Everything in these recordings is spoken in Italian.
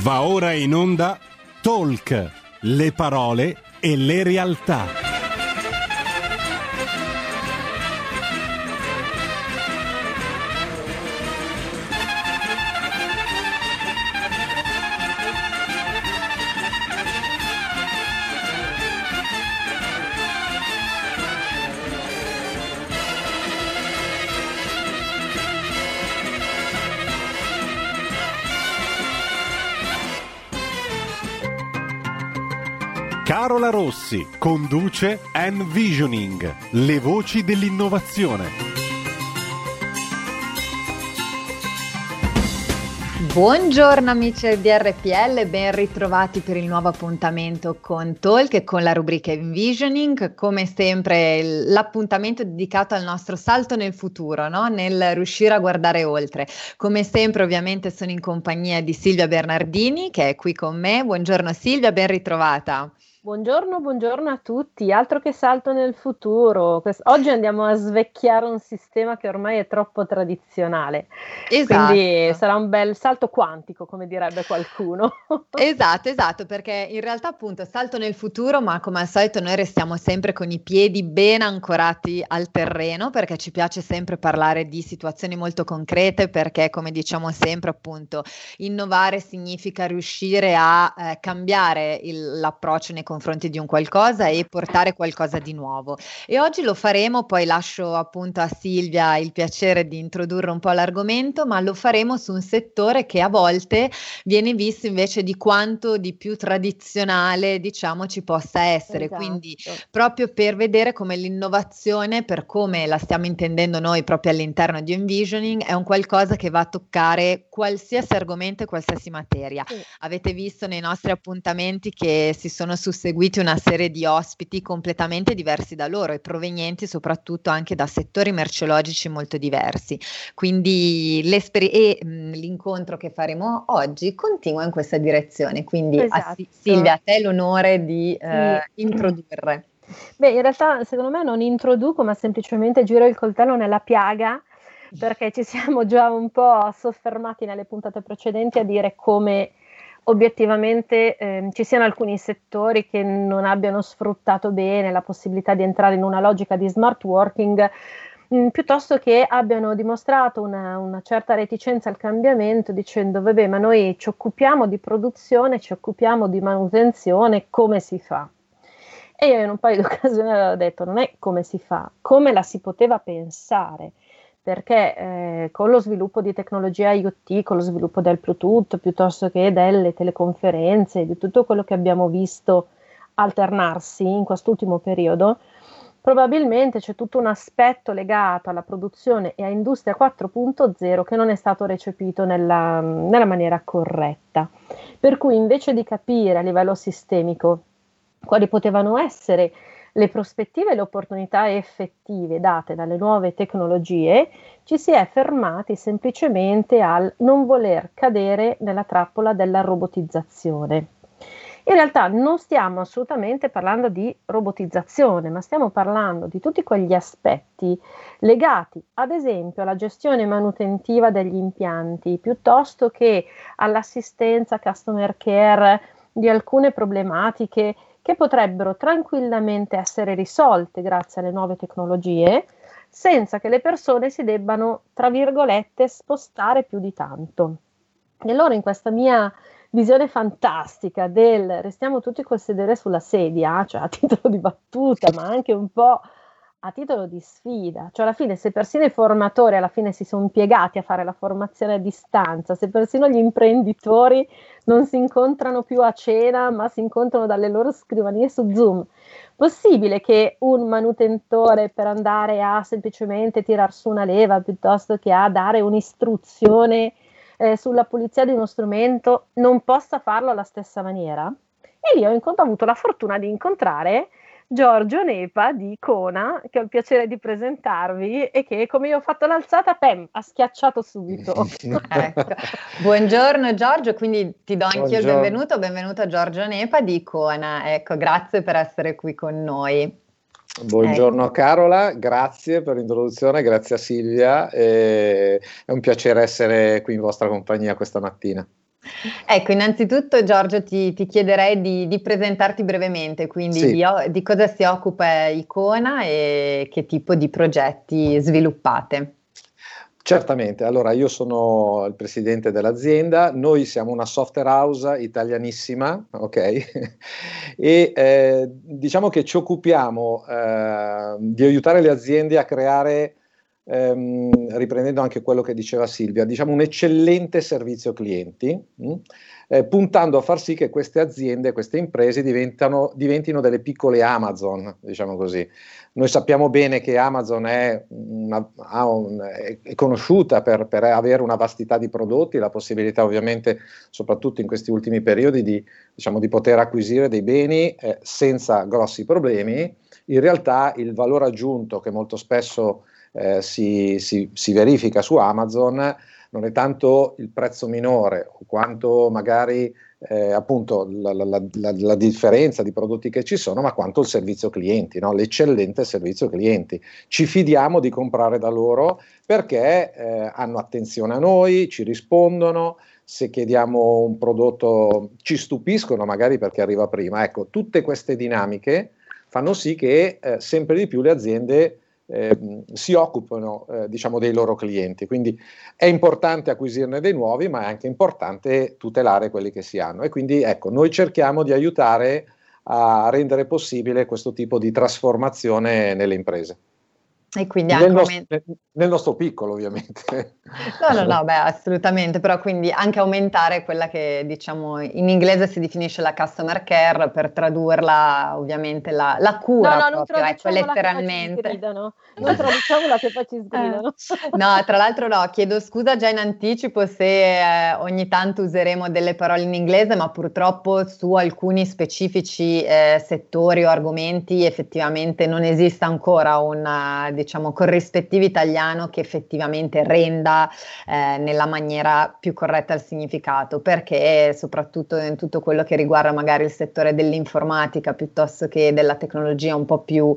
Va ora in onda Talk, le parole e le realtà. Carola Rossi conduce Envisioning, le voci dell'innovazione. Buongiorno amici di RPL, ben ritrovati per il nuovo appuntamento con Talk e con la rubrica Envisioning. Come sempre l'appuntamento dedicato al nostro salto nel futuro, no? Nel riuscire a guardare oltre. Come sempre ovviamente sono in compagnia di Silvia Bernardini che è qui con me. Buongiorno Silvia, ben ritrovata. Buongiorno a tutti, altro che salto nel futuro. Oggi andiamo a svecchiare un sistema che ormai è troppo tradizionale. Esatto. Quindi sarà un bel salto quantico, come direbbe qualcuno. Esatto, perché in realtà appunto salto nel futuro, ma come al solito noi restiamo sempre con i piedi ben ancorati al terreno, perché ci piace sempre parlare di situazioni molto concrete, perché come diciamo sempre appunto innovare significa riuscire a cambiare l'approccio nei confronti di un qualcosa e portare qualcosa di nuovo. E oggi lo faremo, poi lascio appunto a Silvia il piacere di introdurre un po' l'argomento, ma lo faremo su un settore che a volte viene visto invece di quanto di più tradizionale, diciamo, ci possa essere. Esatto. Quindi proprio per vedere come l'innovazione, per come la stiamo intendendo noi proprio all'interno di Envisioning, è un qualcosa che va a toccare qualsiasi argomento e qualsiasi materia. Sì. Avete visto nei nostri appuntamenti che si sono susseguiti una serie di ospiti completamente diversi da loro e provenienti soprattutto anche da settori merceologici molto diversi. Quindi l'incontro che faremo oggi continua in questa direzione. Quindi Esatto. Silvia, a te l'onore di introdurre. Beh, in realtà secondo me non introduco, ma semplicemente giro il coltello nella piaga, perché ci siamo già un po' soffermati nelle puntate precedenti a dire come obiettivamente ci siano alcuni settori che non abbiano sfruttato bene la possibilità di entrare in una logica di smart working, piuttosto che abbiano dimostrato una certa reticenza al cambiamento, dicendo vabbè, ma noi ci occupiamo di produzione, ci occupiamo di manutenzione, come si fa? E io in un paio di occasioni avevo detto non è come si fa, come la si poteva pensare, perché con lo sviluppo di tecnologia IoT, con lo sviluppo del Bluetooth, piuttosto che delle teleconferenze, di tutto quello che abbiamo visto alternarsi in quest'ultimo periodo, probabilmente c'è tutto un aspetto legato alla produzione e a Industria 4.0 che non è stato recepito nella maniera corretta. Per cui invece di capire a livello sistemico quali potevano essere le prospettive e le opportunità effettive date dalle nuove tecnologie, ci si è fermati semplicemente al non voler cadere nella trappola della robotizzazione. In realtà non stiamo assolutamente parlando di robotizzazione, ma stiamo parlando di tutti quegli aspetti legati, ad esempio, alla gestione manutentiva degli impianti, piuttosto che all'assistenza customer care di alcune problematiche che potrebbero tranquillamente essere risolte grazie alle nuove tecnologie, senza che le persone si debbano, tra virgolette, spostare più di tanto. E allora in questa mia visione fantastica del restiamo tutti col sedere sulla sedia, cioè a titolo di battuta, ma anche un po' a titolo di sfida, cioè alla fine se persino i formatori alla fine si sono impiegati a fare la formazione a distanza, se persino gli imprenditori non si incontrano più a cena ma si incontrano dalle loro scrivanie su Zoom, possibile che un manutentore per andare a semplicemente tirar su una leva piuttosto che a dare un'istruzione sulla pulizia di uno strumento non possa farlo alla stessa maniera? E lì ho avuto la fortuna di incontrare Giorgio Nepa di Icona, che ho il piacere di presentarvi e che, come io ho fatto l'alzata, ha schiacciato subito. Ecco. Buongiorno Giorgio, quindi ti do anch'io il benvenuto a Giorgio Nepa di Icona. Ecco, grazie per essere qui con noi. Buongiorno Carola, grazie per l'introduzione, grazie a Silvia, è un piacere essere qui in vostra compagnia questa mattina. Ecco, innanzitutto Giorgio ti chiederei di presentarti brevemente, quindi Sì. di cosa si occupa Icona e che tipo di progetti sviluppate. Certamente, allora io sono il presidente dell'azienda, noi siamo una software house italianissima, ok? E diciamo che ci occupiamo di aiutare le aziende a creare, riprendendo anche quello che diceva Silvia, diciamo un eccellente servizio clienti, puntando a far sì che queste aziende, queste imprese diventino delle piccole Amazon, diciamo così. Noi sappiamo bene che Amazon è conosciuta per avere una vastità di prodotti, la possibilità ovviamente, soprattutto in questi ultimi periodi, di poter acquisire dei beni senza grossi problemi. In realtà il valore aggiunto che molto spesso si verifica su Amazon non è tanto il prezzo minore, quanto magari appunto la differenza di prodotti che ci sono, ma quanto il servizio clienti, no? L'eccellente servizio clienti. Ci fidiamo di comprare da loro perché hanno attenzione a noi, ci rispondono, se chiediamo un prodotto ci stupiscono magari perché arriva prima. Ecco, tutte queste dinamiche fanno sì che sempre di più le aziende si occupano diciamo dei loro clienti, quindi è importante acquisirne dei nuovi, ma è anche importante tutelare quelli che si hanno, e quindi ecco, noi cerchiamo di aiutare a rendere possibile questo tipo di trasformazione nelle imprese. E quindi anche nel nostro piccolo, ovviamente. No, beh, assolutamente, però quindi anche aumentare quella che diciamo in inglese si definisce la customer care, per tradurla ovviamente la cura no, proprio, ecco, letteralmente. Non traduciamola che poi ci sgridano. No, tra l'altro no, chiedo scusa già in anticipo se ogni tanto useremo delle parole in inglese, ma purtroppo su alcuni specifici settori o argomenti effettivamente non esiste ancora un diciamo corrispettivo italiano che effettivamente renda nella maniera più corretta il significato, perché soprattutto in tutto quello che riguarda magari il settore dell'informatica piuttosto che della tecnologia un po' più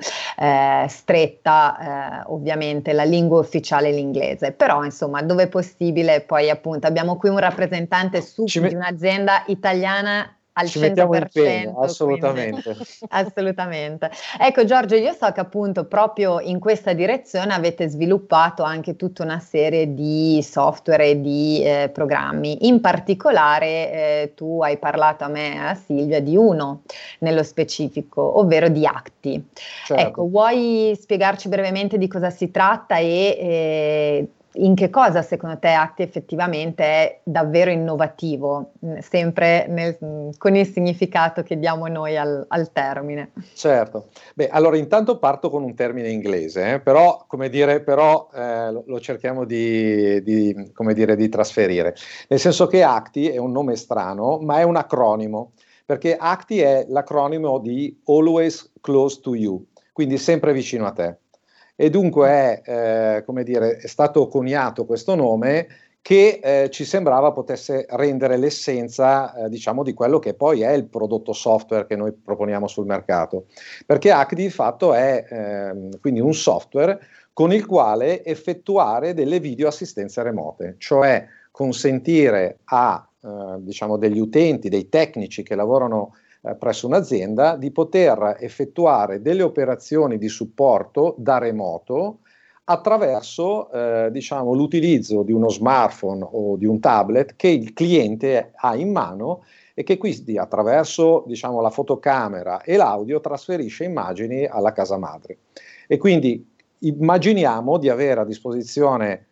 stretta, ovviamente la lingua ufficiale è l'inglese, però insomma dove è possibile, poi appunto abbiamo qui un rappresentante di un'azienda italiana al 100%, ci mettiamo impegno, assolutamente. Quindi, assolutamente. Ecco Giorgio, io so che appunto proprio in questa direzione avete sviluppato anche tutta una serie di software e di programmi. In particolare tu hai parlato a me e a Silvia di uno nello specifico, ovvero di Acti. Certo. Ecco, vuoi spiegarci brevemente di cosa si tratta e in che cosa secondo te Acti effettivamente è davvero innovativo, sempre con il significato che diamo noi al termine? Certo, beh, allora intanto parto con un termine inglese, però, come dire, lo cerchiamo come dire, di trasferire, nel senso che Acti è un nome strano, ma è un acronimo, perché Acti è l'acronimo di Always Close to You, quindi sempre vicino a te. E dunque come dire, è stato coniato questo nome che ci sembrava potesse rendere l'essenza diciamo di quello che poi è il prodotto software che noi proponiamo sul mercato, perché Acti di fatto è quindi un software con il quale effettuare delle video assistenze remote, cioè consentire a diciamo degli utenti, dei tecnici che lavorano presso un'azienda, di poter effettuare delle operazioni di supporto da remoto attraverso diciamo, l'utilizzo di uno smartphone o di un tablet che il cliente ha in mano e che quindi attraverso diciamo, la fotocamera e l'audio trasferisce immagini alla casa madre. E quindi immaginiamo di avere a disposizione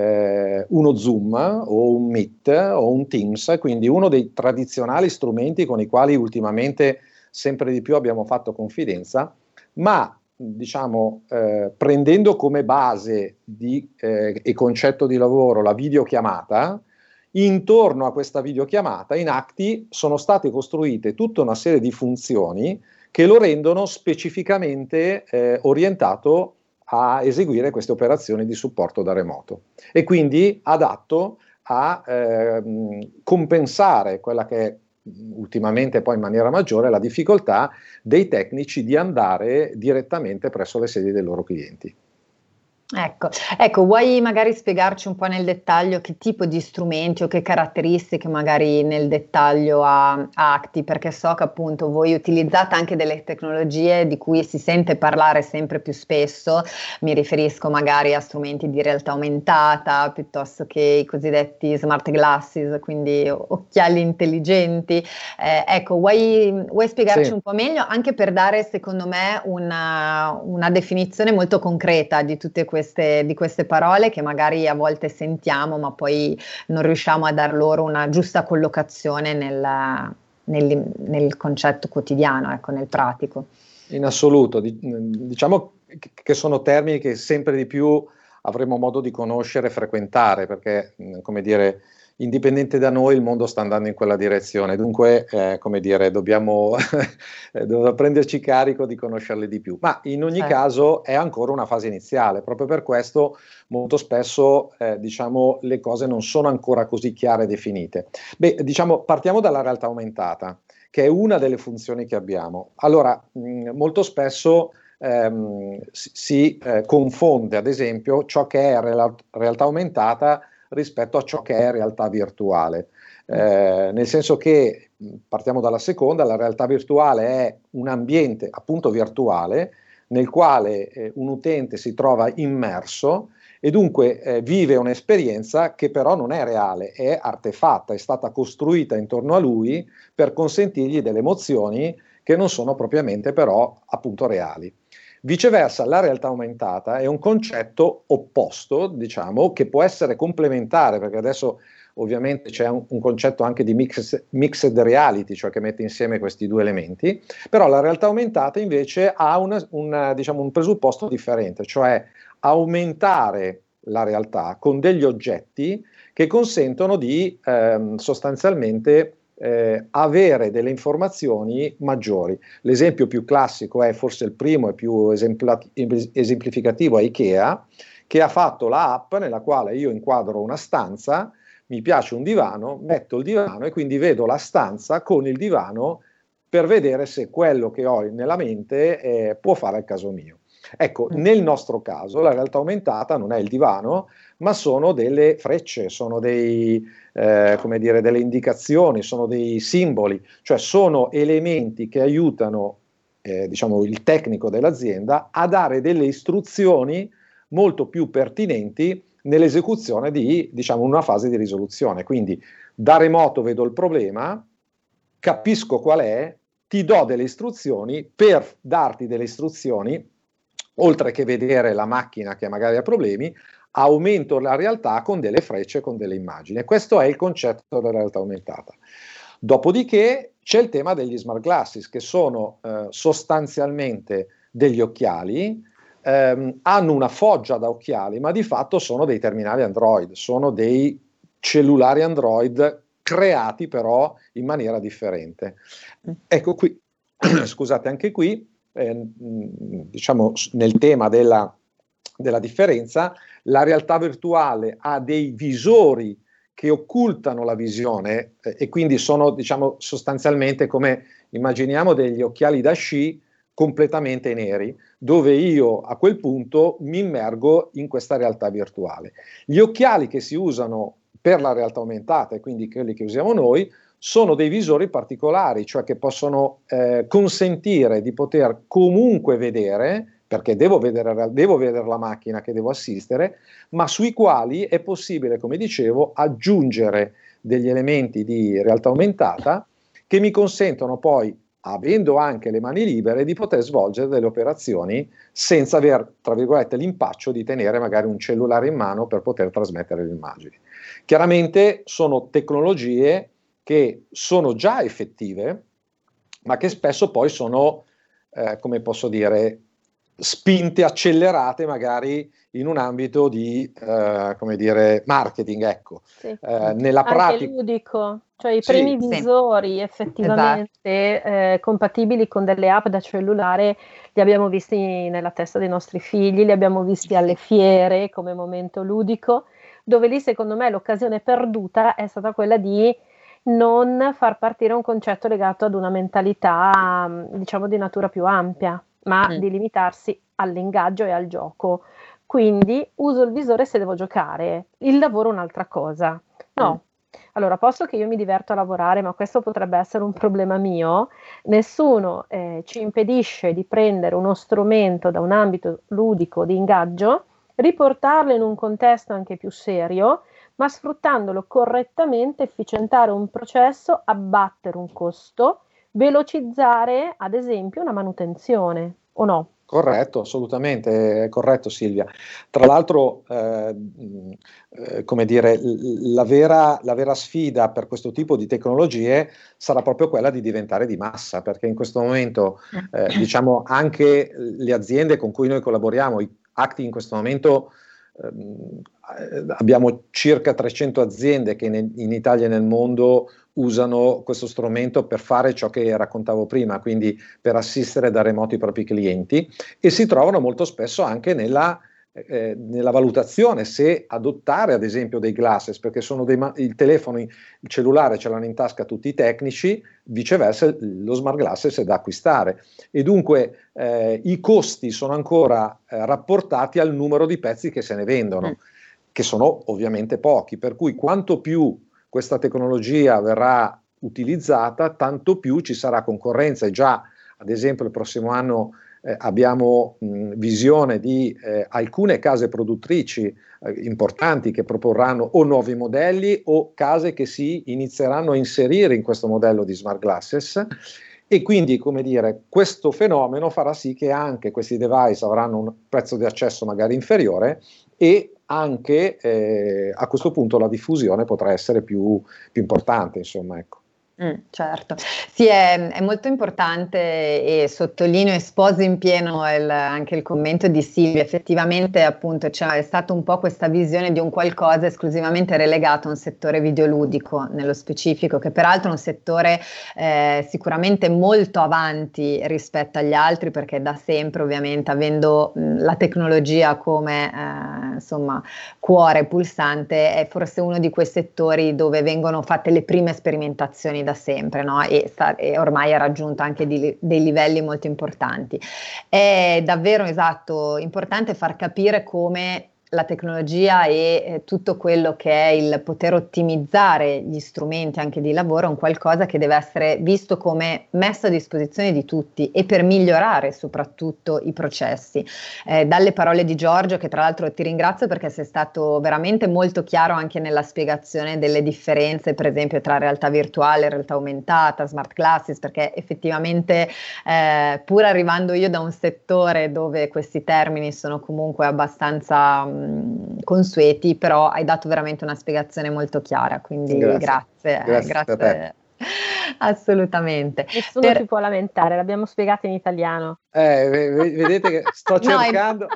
uno Zoom o un Meet o un Teams, quindi uno dei tradizionali strumenti con i quali ultimamente sempre di più abbiamo fatto confidenza, ma diciamo prendendo come base e concetto di lavoro la videochiamata. Intorno a questa videochiamata in Acti sono state costruite tutta una serie di funzioni che lo rendono specificamente orientato a eseguire queste operazioni di supporto da remoto e quindi adatto a compensare quella che è ultimamente poi in maniera maggiore la difficoltà dei tecnici di andare direttamente presso le sedi dei loro clienti. Ecco, vuoi magari spiegarci un po' nel dettaglio che tipo di strumenti o che caratteristiche magari nel dettaglio ha Acti, perché so che appunto voi utilizzate anche delle tecnologie di cui si sente parlare sempre più spesso, mi riferisco magari a strumenti di realtà aumentata piuttosto che i cosiddetti smart glasses, quindi occhiali intelligenti. Ecco, vuoi spiegarci Sì. un po' meglio, anche per dare, secondo me, una definizione molto concreta di queste parole che magari a volte sentiamo, ma poi non riusciamo a dar loro una giusta collocazione nel concetto quotidiano, ecco, nel pratico. In assoluto, diciamo che sono termini che sempre di più avremo modo di conoscere e frequentare, perché, come dire, indipendente da noi il mondo sta andando in quella direzione, dunque, come dire, dobbiamo prenderci carico di conoscerli di più. Ma in ogni caso è ancora una fase iniziale, proprio per questo molto spesso, diciamo, le cose non sono ancora così chiare e definite. Beh, diciamo, partiamo dalla realtà aumentata, che è una delle funzioni che abbiamo. Allora, molto spesso si confonde, ad esempio, ciò che è realtà aumentata rispetto a ciò che è realtà virtuale. Nel senso che, partiamo dalla seconda, la realtà virtuale è un ambiente appunto virtuale nel quale un utente si trova immerso e dunque vive un'esperienza che però non è reale, è artefatta, è stata costruita intorno a lui per consentirgli delle emozioni che non sono propriamente però appunto reali. Viceversa, la realtà aumentata è un concetto opposto, diciamo, che può essere complementare, perché adesso ovviamente c'è un concetto anche di mixed reality, cioè che mette insieme questi due elementi, però la realtà aumentata invece ha diciamo, un presupposto differente, cioè aumentare la realtà con degli oggetti che consentono di sostanzialmente avere delle informazioni maggiori. L'esempio più classico è forse il primo e più esemplificativo, è IKEA, che ha fatto la app nella quale io inquadro una stanza, mi piace un divano, metto il divano e quindi vedo la stanza con il divano per vedere se quello che ho nella mente può fare al caso mio. Ecco, nel nostro caso la realtà aumentata non è il divano, ma sono delle frecce, sono come dire, delle indicazioni, sono dei simboli, cioè sono elementi che aiutano diciamo, il tecnico dell'azienda a dare delle istruzioni molto più pertinenti nell'esecuzione di, diciamo, una fase di risoluzione. Quindi da remoto vedo il problema, capisco qual è, ti do delle istruzioni, per darti delle istruzioni, oltre che vedere la macchina che magari ha problemi, aumento la realtà con delle frecce, con delle immagini. Questo è il concetto della realtà aumentata. Dopodiché c'è il tema degli smart glasses, che sono sostanzialmente degli occhiali, hanno una foggia da occhiali, ma di fatto sono dei terminali Android, sono dei cellulari Android creati però in maniera differente. Ecco qui, scusate, anche qui, diciamo nel tema della differenza, la realtà virtuale ha dei visori che occultano la visione e quindi sono, diciamo, sostanzialmente come immaginiamo degli occhiali da sci completamente neri, dove io a quel punto mi immergo in questa realtà virtuale. Gli occhiali che si usano per la realtà aumentata, e quindi quelli che usiamo noi, sono dei visori particolari, cioè che possono consentire di poter comunque vedere, perché devo vedere la macchina che devo assistere, ma sui quali è possibile, come dicevo, aggiungere degli elementi di realtà aumentata che mi consentono poi, avendo anche le mani libere, di poter svolgere delle operazioni senza aver, tra virgolette, l'impaccio di tenere magari un cellulare in mano per poter trasmettere le immagini. Chiaramente sono tecnologie che sono già effettive, ma che spesso poi sono, come posso dire, spinte, accelerate magari in un ambito di, come dire, marketing, ecco. Sì. Nella pratica ludico, cioè i primi visori effettivamente compatibili con delle app da cellulare li abbiamo visti nella testa dei nostri figli, li abbiamo visti alle fiere come momento ludico, dove lì secondo me l'occasione perduta è stata quella di non far partire un concetto legato ad una mentalità, diciamo, di natura più ampia, ma di limitarsi all'ingaggio e al gioco quindi uso il visore se devo giocare, il lavoro è un'altra cosa. No. Allora, posso che io mi diverto a lavorare, ma questo potrebbe essere un problema mio. Nessuno ci impedisce di prendere uno strumento da un ambito ludico di ingaggio, riportarlo in un contesto anche più serio, ma sfruttandolo correttamente, efficientare un processo, abbattere un costo, velocizzare, ad esempio, una manutenzione, o no? Corretto, assolutamente, corretto Silvia. Tra l'altro, come dire, la vera sfida per questo tipo di tecnologie sarà proprio quella di diventare di massa, perché in questo momento, diciamo, anche le aziende con cui noi collaboriamo, i Acti in questo momento, abbiamo circa 300 aziende che in Italia e nel mondo usano questo strumento per fare ciò che raccontavo prima, quindi per assistere da remoto i propri clienti, e si trovano molto spesso anche nella valutazione se adottare ad esempio dei glasses, perché sono il telefono, il cellulare ce l'hanno in tasca tutti i tecnici, viceversa lo smart glasses è da acquistare, e dunque i costi sono ancora rapportati al numero di pezzi che se ne vendono, che sono ovviamente pochi, per cui quanto più questa tecnologia verrà utilizzata, tanto più ci sarà concorrenza, e già ad esempio il prossimo anno abbiamo visione di alcune case produttrici importanti che proporranno o nuovi modelli o case che si inizieranno a inserire in questo modello di smart glasses, e quindi, come dire, questo fenomeno farà sì che anche questi device avranno un prezzo di accesso magari inferiore, e anche a questo punto la diffusione potrà essere più importante, insomma, ecco. Certo, sì, è molto importante, e sottolineo e sposo in pieno anche il commento di Silvia. Effettivamente, appunto, è stata un po' questa visione di un qualcosa esclusivamente relegato a un settore videoludico nello specifico, che peraltro è un settore sicuramente molto avanti rispetto agli altri, perché da sempre, ovviamente, avendo la tecnologia come insomma cuore pulsante, è forse uno di quei settori dove vengono fatte le prime sperimentazioni da sempre, no? E ormai ha raggiunto anche dei livelli molto importanti. È davvero, esatto, importante far capire come la tecnologia e tutto quello che è il poter ottimizzare gli strumenti anche di lavoro è un qualcosa che deve essere visto come messo a disposizione di tutti, e per migliorare soprattutto i processi. Dalle parole di Giorgio, che tra l'altro ti ringrazio perché sei stato veramente molto chiaro anche nella spiegazione delle differenze, per esempio, tra realtà virtuale, realtà aumentata, smart glasses, perché effettivamente pur arrivando io da un settore dove questi termini sono comunque abbastanza consueti, però hai dato veramente una spiegazione molto chiara, quindi grazie. Grazie a te. Assolutamente. Nessuno si può lamentare, l'abbiamo spiegato in italiano. Vedete che sto cercando.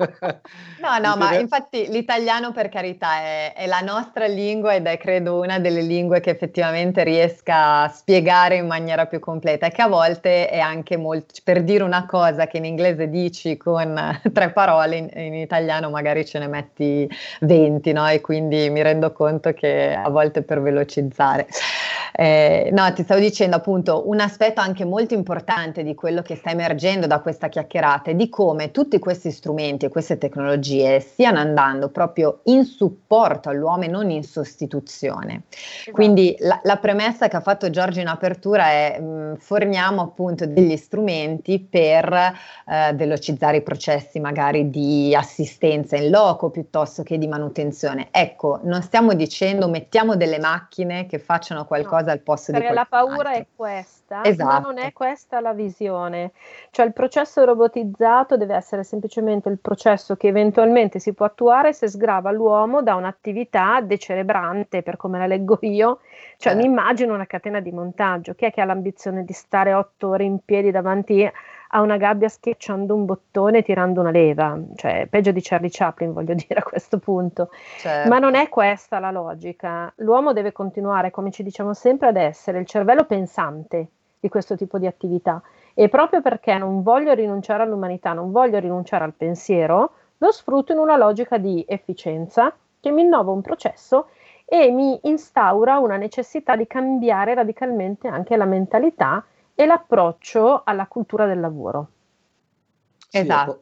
No, ma infatti l'italiano, per carità, è la nostra lingua, ed è credo una delle lingue che effettivamente riesca a spiegare in maniera più completa, e che a volte è anche molto, per dire una cosa che in inglese dici con 3 parole, in italiano magari ce ne metti 20, no? E quindi mi rendo conto che a volte per velocizzare. No, ti stavo dicendo appunto un aspetto anche molto importante di quello che sta emergendo da questa chiacchierata, è di come tutti questi strumenti e queste tecnologie stiano andando proprio in supporto all'uomo e non in sostituzione. Esatto. Quindi la premessa che ha fatto Giorgio in apertura è forniamo appunto degli strumenti per velocizzare i processi magari di assistenza in loco piuttosto che di manutenzione. Ecco, non stiamo dicendo mettiamo delle macchine che facciano qualcosa al posto di perché la paura è questa, esatto, ma non è questa la visione. Cioè il processo robotizzato deve essere semplicemente il processo che eventualmente si può attuare se sgrava l'uomo da un'attività decerebrante, per come la leggo io. Cioè mi immagino una catena di montaggio. Chi è che ha l'ambizione di stare 8 ore in piedi davanti a una gabbia schiacciando un bottone e tirando una leva? Cioè peggio di Charlie Chaplin, voglio dire, a questo punto. Certo. Ma non è questa la logica. L'uomo deve continuare, come ci diciamo sempre, ad essere il cervello pensante di questo tipo di attività, e proprio perché non voglio rinunciare all'umanità, non voglio rinunciare al pensiero, lo sfrutto in una logica di efficienza che mi innova un processo e mi instaura una necessità di cambiare radicalmente anche la mentalità e l'approccio alla cultura del lavoro. Esatto.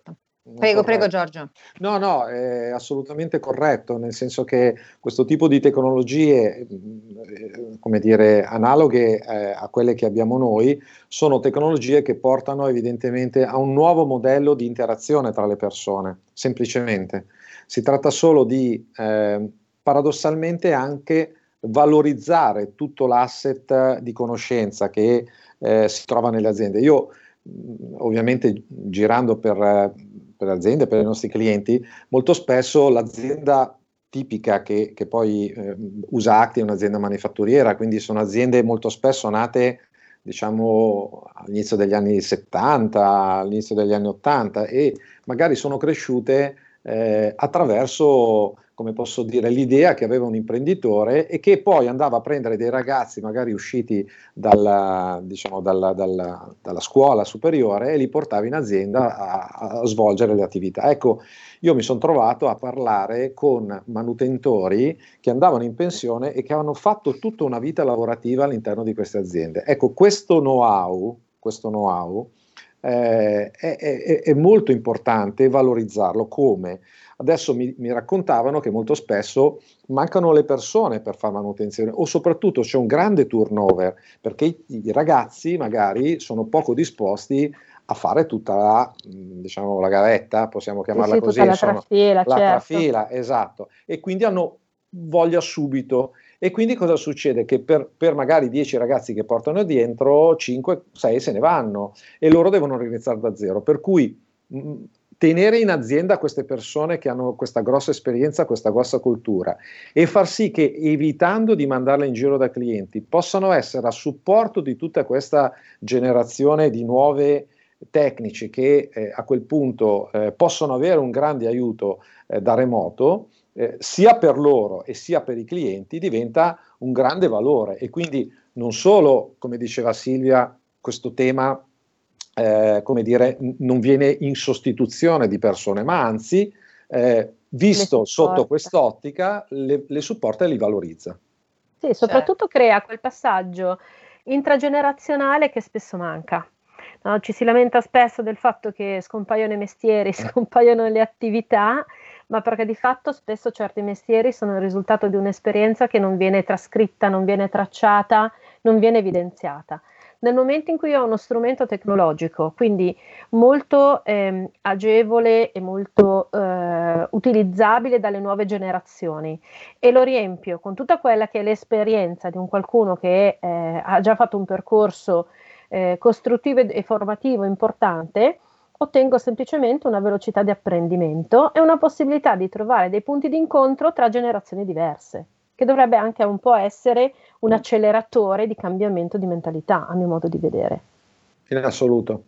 Prego Giorgio. No, è assolutamente corretto, nel senso che questo tipo di tecnologie, come dire, analoghe a quelle che abbiamo noi, sono tecnologie che portano evidentemente a un nuovo modello di interazione tra le persone, semplicemente. Si tratta solo di, paradossalmente, anche valorizzare tutto l'asset di conoscenza che si trova nelle aziende. Io, ovviamente, girando per le aziende, per i nostri clienti, molto spesso l'azienda tipica che poi usa Acti è un'azienda manifatturiera, quindi sono aziende molto spesso nate, diciamo, all'inizio degli anni 70, all'inizio degli anni 80, e magari sono cresciute attraverso, come posso dire, l'idea che aveva un imprenditore e che poi andava a prendere dei ragazzi magari usciti dalla scuola superiore e li portava in azienda a svolgere le attività. Ecco, io mi sono trovato a parlare con manutentori che andavano in pensione e che avevano fatto tutta una vita lavorativa all'interno di queste aziende. Ecco, questo know-how è molto importante valorizzarlo. Come? Adesso mi raccontavano che molto spesso mancano le persone per fare manutenzione, o soprattutto c'è un grande turnover, perché i ragazzi magari sono poco disposti a fare tutta la, diciamo, la gavetta, possiamo chiamarla così, tutta la trafila, esatto, e quindi hanno voglia subito. E quindi cosa succede? Che per magari 10 ragazzi che portano dentro, 5-6 se ne vanno e loro devono riniziare da zero. Per cui tenere in azienda queste persone che hanno questa grossa esperienza, questa grossa cultura, e far sì che, evitando di mandarle in giro da clienti, possano essere a supporto di tutta questa generazione di nuove tecnici che a quel punto possono avere un grande aiuto da remoto, sia per loro e sia per i clienti, diventa un grande valore. E quindi non solo, come diceva Silvia, questo tema come dire, non viene in sostituzione di persone, ma anzi, visto sotto quest'ottica, le supporta e li valorizza. Sì, soprattutto crea quel passaggio intragenerazionale che spesso manca. No, ci si lamenta spesso del fatto che scompaiono i mestieri, scompaiono le attività, ma perché di fatto spesso certi mestieri sono il risultato di un'esperienza che non viene trascritta, non viene tracciata, non viene evidenziata. Nel momento in cui ho uno strumento tecnologico, quindi molto agevole e molto utilizzabile dalle nuove generazioni, e lo riempio con tutta quella che è l'esperienza di un qualcuno che ha già fatto un percorso costruttivo e formativo importante, ottengo semplicemente una velocità di apprendimento e una possibilità di trovare dei punti di incontro tra generazioni diverse, che dovrebbe anche un po' essere un acceleratore di cambiamento di mentalità, a mio modo di vedere. In assoluto.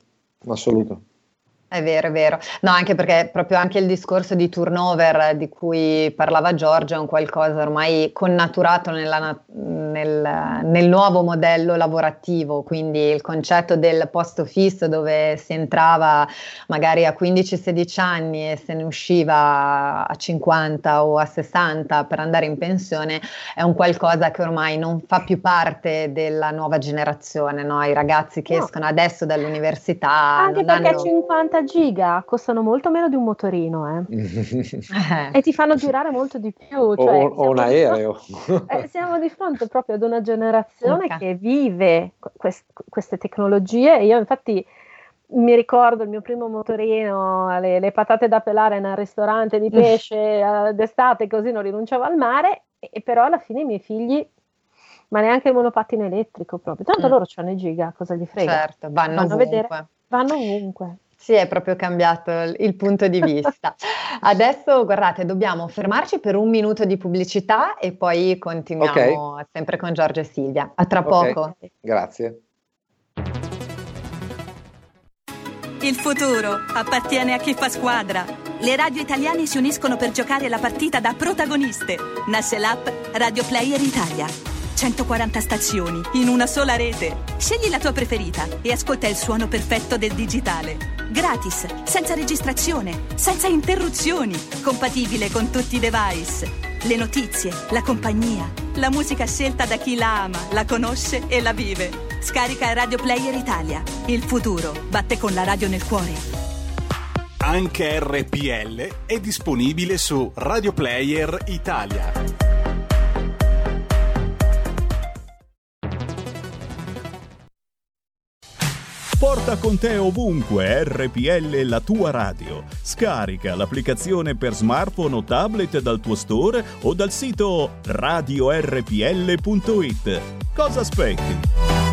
È vero. No, anche perché proprio anche il discorso di turnover di cui parlava Giorgio è un qualcosa ormai connaturato nel nuovo modello lavorativo, quindi il concetto del posto fisso dove si entrava magari a 15-16 anni e se ne usciva a 50 o a 60 per andare in pensione è un qualcosa che ormai non fa più parte della nuova generazione, no? I ragazzi che escono adesso dall'università anche non perché hanno... 50 giga costano molto meno di un motorino e ti fanno girare molto di più, cioè, o un aereo. Siamo di fronte proprio ad una generazione che vive queste tecnologie. Io infatti mi ricordo il mio primo motorino, le patate da pelare nel ristorante di pesce d'estate, così non rinunciavo al mare, e però alla fine i miei figli, ma neanche il monopattino elettrico proprio, tanto loro c'hanno i giga, cosa gli frega? Certo, vanno ovunque. Vanno ovunque. Sì, è proprio cambiato il punto di vista. Adesso, guardate, dobbiamo fermarci per un minuto di pubblicità e poi continuiamo sempre con Giorgio e Silvia. A tra poco. Grazie. Il futuro appartiene a chi fa squadra. Le radio italiane si uniscono per giocare la partita da protagoniste. Nasce l'app Radio Player Italia. 140 stazioni in una sola rete. Scegli la tua preferita e ascolta il suono perfetto del digitale. Gratis, senza registrazione, senza interruzioni, compatibile con tutti i device. Le notizie, la compagnia, la musica scelta da chi la ama, la conosce e la vive. Scarica Radio Player Italia. Il futuro batte con la radio nel cuore. Anche RPL è disponibile su Radio Player Italia. Porta con te ovunque RPL, la tua radio. Scarica l'applicazione per smartphone o tablet dal tuo store o dal sito radiorpl.it. Cosa aspetti?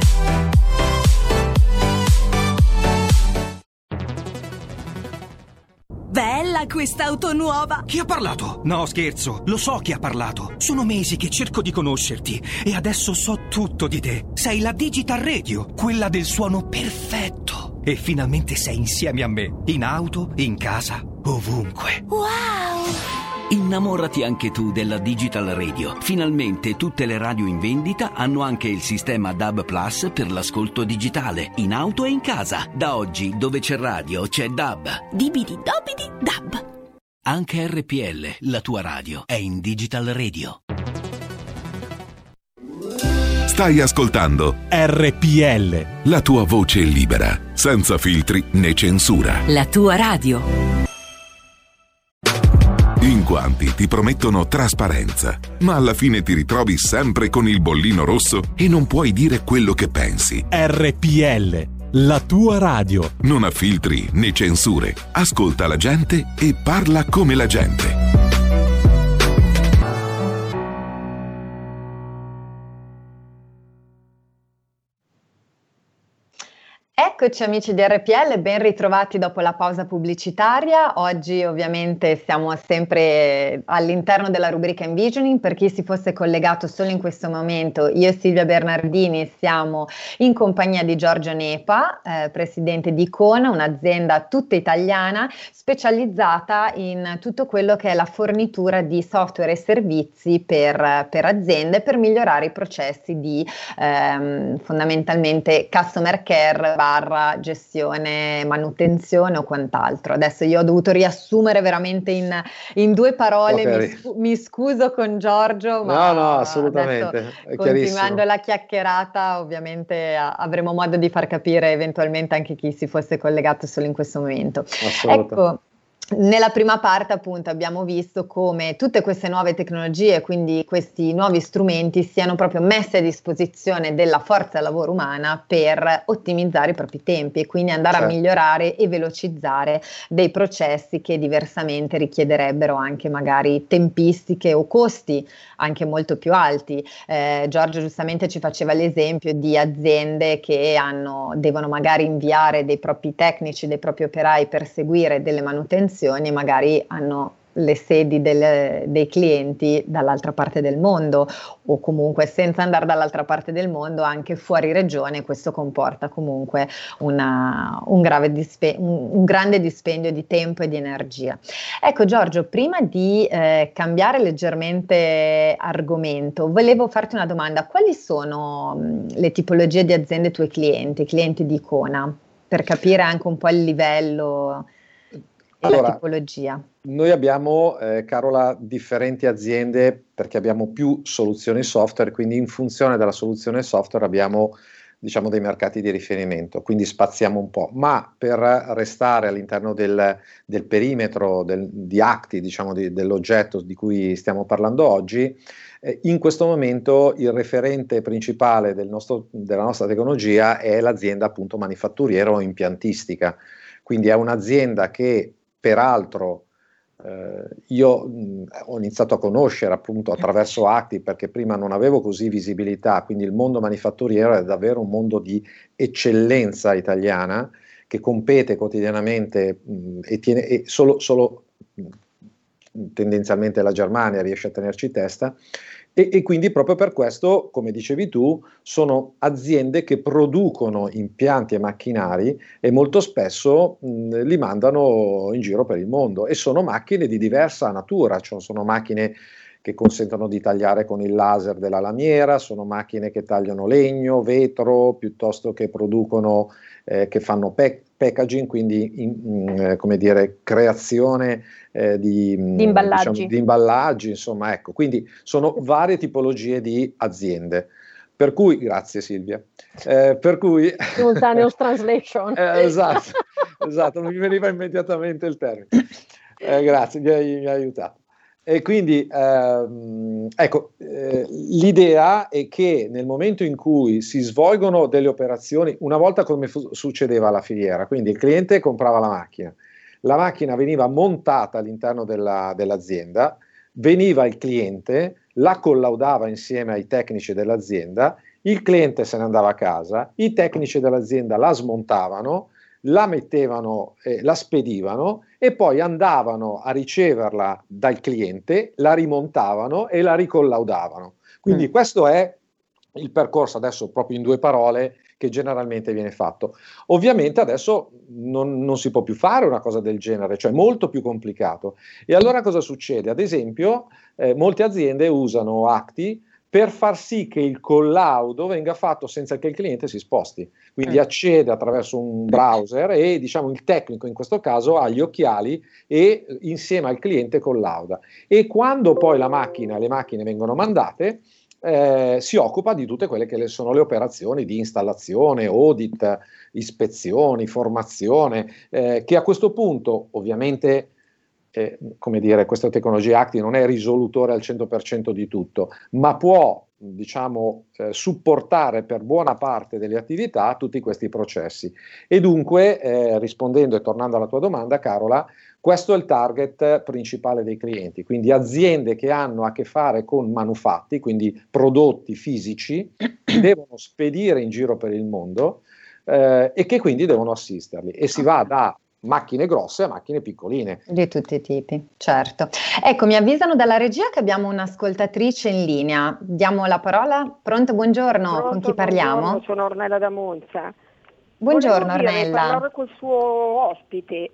Bella quest'auto nuova! Chi ha parlato? No, scherzo, lo so chi ha parlato. Sono mesi che cerco di conoscerti e adesso so tutto di te. Sei la Digital Radio, quella del suono perfetto. E finalmente sei insieme a me, in auto, in casa, ovunque. Wow! Innamorati anche tu della Digital Radio. Finalmente tutte le radio in vendita hanno anche il sistema DAB Plus per l'ascolto digitale, in auto e in casa. Da oggi, dove c'è radio, c'è DAB. Dibidi dobidi dab. Anche RPL, la tua radio, è in Digital Radio. Stai ascoltando RPL, la tua voce libera, senza filtri né censura. La tua radio. In quanti ti promettono trasparenza, ma alla fine ti ritrovi sempre con il bollino rosso e non puoi dire quello che pensi. RPL, la tua radio. Non ha filtri né censure. Ascolta la gente e parla come la gente. Eccoci amici di RPL, ben ritrovati dopo la pausa pubblicitaria. Oggi ovviamente siamo sempre all'interno della rubrica Envisioning. Per chi si fosse collegato solo in questo momento, io e Silvia Bernardini siamo in compagnia di Giorgio Nepa, presidente di Icona, un'azienda tutta italiana specializzata in tutto quello che è la fornitura di software e servizi per aziende per migliorare i processi di fondamentalmente customer care / gestione, manutenzione o quant'altro. Adesso io ho dovuto riassumere veramente in 2 parole, Okay. mi scuso con Giorgio, ma No, assolutamente, è continuando chiarissimo. la chiacchierata ovviamente avremo modo di far capire eventualmente anche chi si fosse collegato solo in questo momento. Assolutamente. Ecco, nella prima parte appunto abbiamo visto come tutte queste nuove tecnologie, quindi questi nuovi strumenti, siano proprio messi a disposizione della forza lavoro umana per ottimizzare i propri tempi e quindi andare a migliorare e velocizzare dei processi che diversamente richiederebbero anche magari tempistiche o costi anche molto più alti. Giorgio giustamente ci faceva l'esempio di aziende che devono magari inviare dei propri tecnici, dei propri operai per seguire delle manutenzioni, magari hanno le sedi dei clienti dall'altra parte del mondo o comunque senza andare dall'altra parte del mondo anche fuori regione. Questo comporta comunque un grande dispendio di tempo e di energia. Ecco Giorgio, prima di cambiare leggermente argomento, volevo farti una domanda: quali sono le tipologie di aziende tuoi clienti di Icona, per capire anche un po' il livello e la tipologia? Noi abbiamo, Carola, differenti aziende perché abbiamo più soluzioni software, quindi in funzione della soluzione software abbiamo, diciamo, dei mercati di riferimento, quindi spaziamo un po', ma per restare all'interno del perimetro di Acti, diciamo, dell'oggetto di cui stiamo parlando oggi, in questo momento il referente principale della nostra tecnologia è l'azienda appunto manifatturiera o impiantistica, quindi è un'azienda che peraltro io ho iniziato a conoscere appunto attraverso Acti, perché prima non avevo così visibilità, quindi il mondo manifatturiero è davvero un mondo di eccellenza italiana che compete quotidianamente e solo tendenzialmente la Germania riesce a tenerci testa. E quindi proprio per questo, come dicevi tu, sono aziende che producono impianti e macchinari e molto spesso li mandano in giro per il mondo, e sono macchine di diversa natura, cioè sono macchine che consentono di tagliare con il laser della lamiera, sono macchine che tagliano legno, vetro, piuttosto che producono, che fanno packaging, quindi come dire, creazione di imballaggi. Diciamo, di imballaggi, insomma, ecco, quindi sono varie tipologie di aziende. Per cui, grazie Silvia, per cui simultaneous translation. Esatto, Esatto, non mi veniva immediatamente il termine. Grazie, mi hai aiutato. E quindi l'idea è che nel momento in cui si svolgono delle operazioni, una volta come succedeva alla filiera, quindi il cliente comprava la macchina veniva montata all'interno dell'azienda, veniva il cliente, la collaudava insieme ai tecnici dell'azienda, il cliente se ne andava a casa, i tecnici dell'azienda la smontavano, la mettevano, la spedivano e poi andavano a riceverla dal cliente, la rimontavano e la ricollaudavano. Quindi questo è il percorso, adesso proprio in 2 parole, che generalmente viene fatto. Ovviamente adesso non si può più fare una cosa del genere, cioè molto più complicato. E allora cosa succede? Ad esempio, molte aziende usano Acti per far sì che il collaudo venga fatto senza che il cliente si sposti, quindi accede attraverso un browser e diciamo il tecnico in questo caso ha gli occhiali e insieme al cliente collauda, e quando poi le macchine vengono mandate si occupa di tutte quelle che sono le operazioni di installazione, audit, ispezioni, formazione, che a questo punto ovviamente come dire, questa tecnologia Acti non è risolutore al 100% di tutto, ma può, diciamo, supportare per buona parte delle attività tutti questi processi. E dunque, rispondendo e tornando alla tua domanda, Carola, questo è il target principale dei clienti, quindi aziende che hanno a che fare con manufatti, quindi prodotti fisici, che devono spedire in giro per il mondo e che quindi devono assisterli. E si va da macchine grosse a macchine piccoline. Di tutti i tipi, certo. Ecco, mi avvisano dalla regia che abbiamo un'ascoltatrice in linea. Diamo la parola. Pronto, buongiorno, Pronto, con chi parliamo? Buongiorno, sono Ornella da Monza. Buongiorno Ornella. Parlare col suo ospite.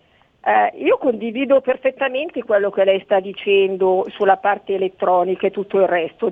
Io condivido perfettamente quello che lei sta dicendo sulla parte elettronica e tutto il resto.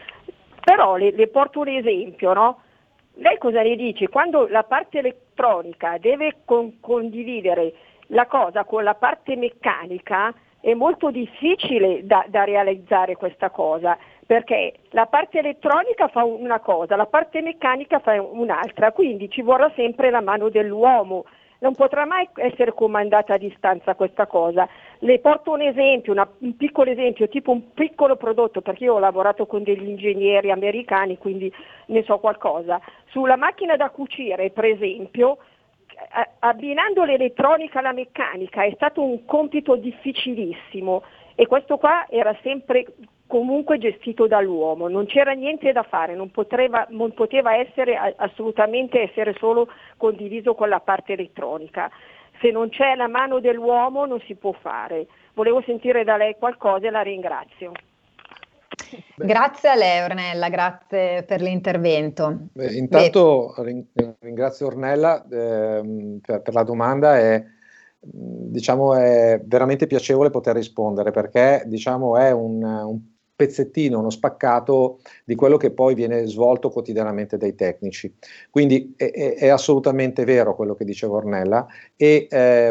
Però le porto un esempio, no? Lei cosa ne dice? Quando la parte elettronica deve condividere la cosa con la parte meccanica, è molto difficile da realizzare questa cosa, perché la parte elettronica fa una cosa, la parte meccanica fa un'altra, quindi ci vorrà sempre la mano dell'uomo. Non potrà mai essere comandata a distanza questa cosa. Le porto un esempio, un piccolo esempio, tipo un piccolo prodotto, perché io ho lavorato con degli ingegneri americani, quindi ne so qualcosa. Sulla macchina da cucire, per esempio, abbinando l'elettronica alla meccanica è stato un compito difficilissimo, e questo qua era sempre comunque gestito dall'uomo, non c'era niente da fare, non poteva essere assolutamente essere solo condiviso con la parte elettronica. Se non c'è la mano dell'uomo non si può fare. Volevo sentire da lei qualcosa e la ringrazio. Grazie a lei Ornella, grazie per l'intervento. Intanto ringrazio Ornella per la domanda e diciamo è veramente piacevole poter rispondere, perché diciamo è un pezzettino, uno spaccato di quello che poi viene svolto quotidianamente dai tecnici. Quindi è assolutamente vero quello che diceva Ornella ed è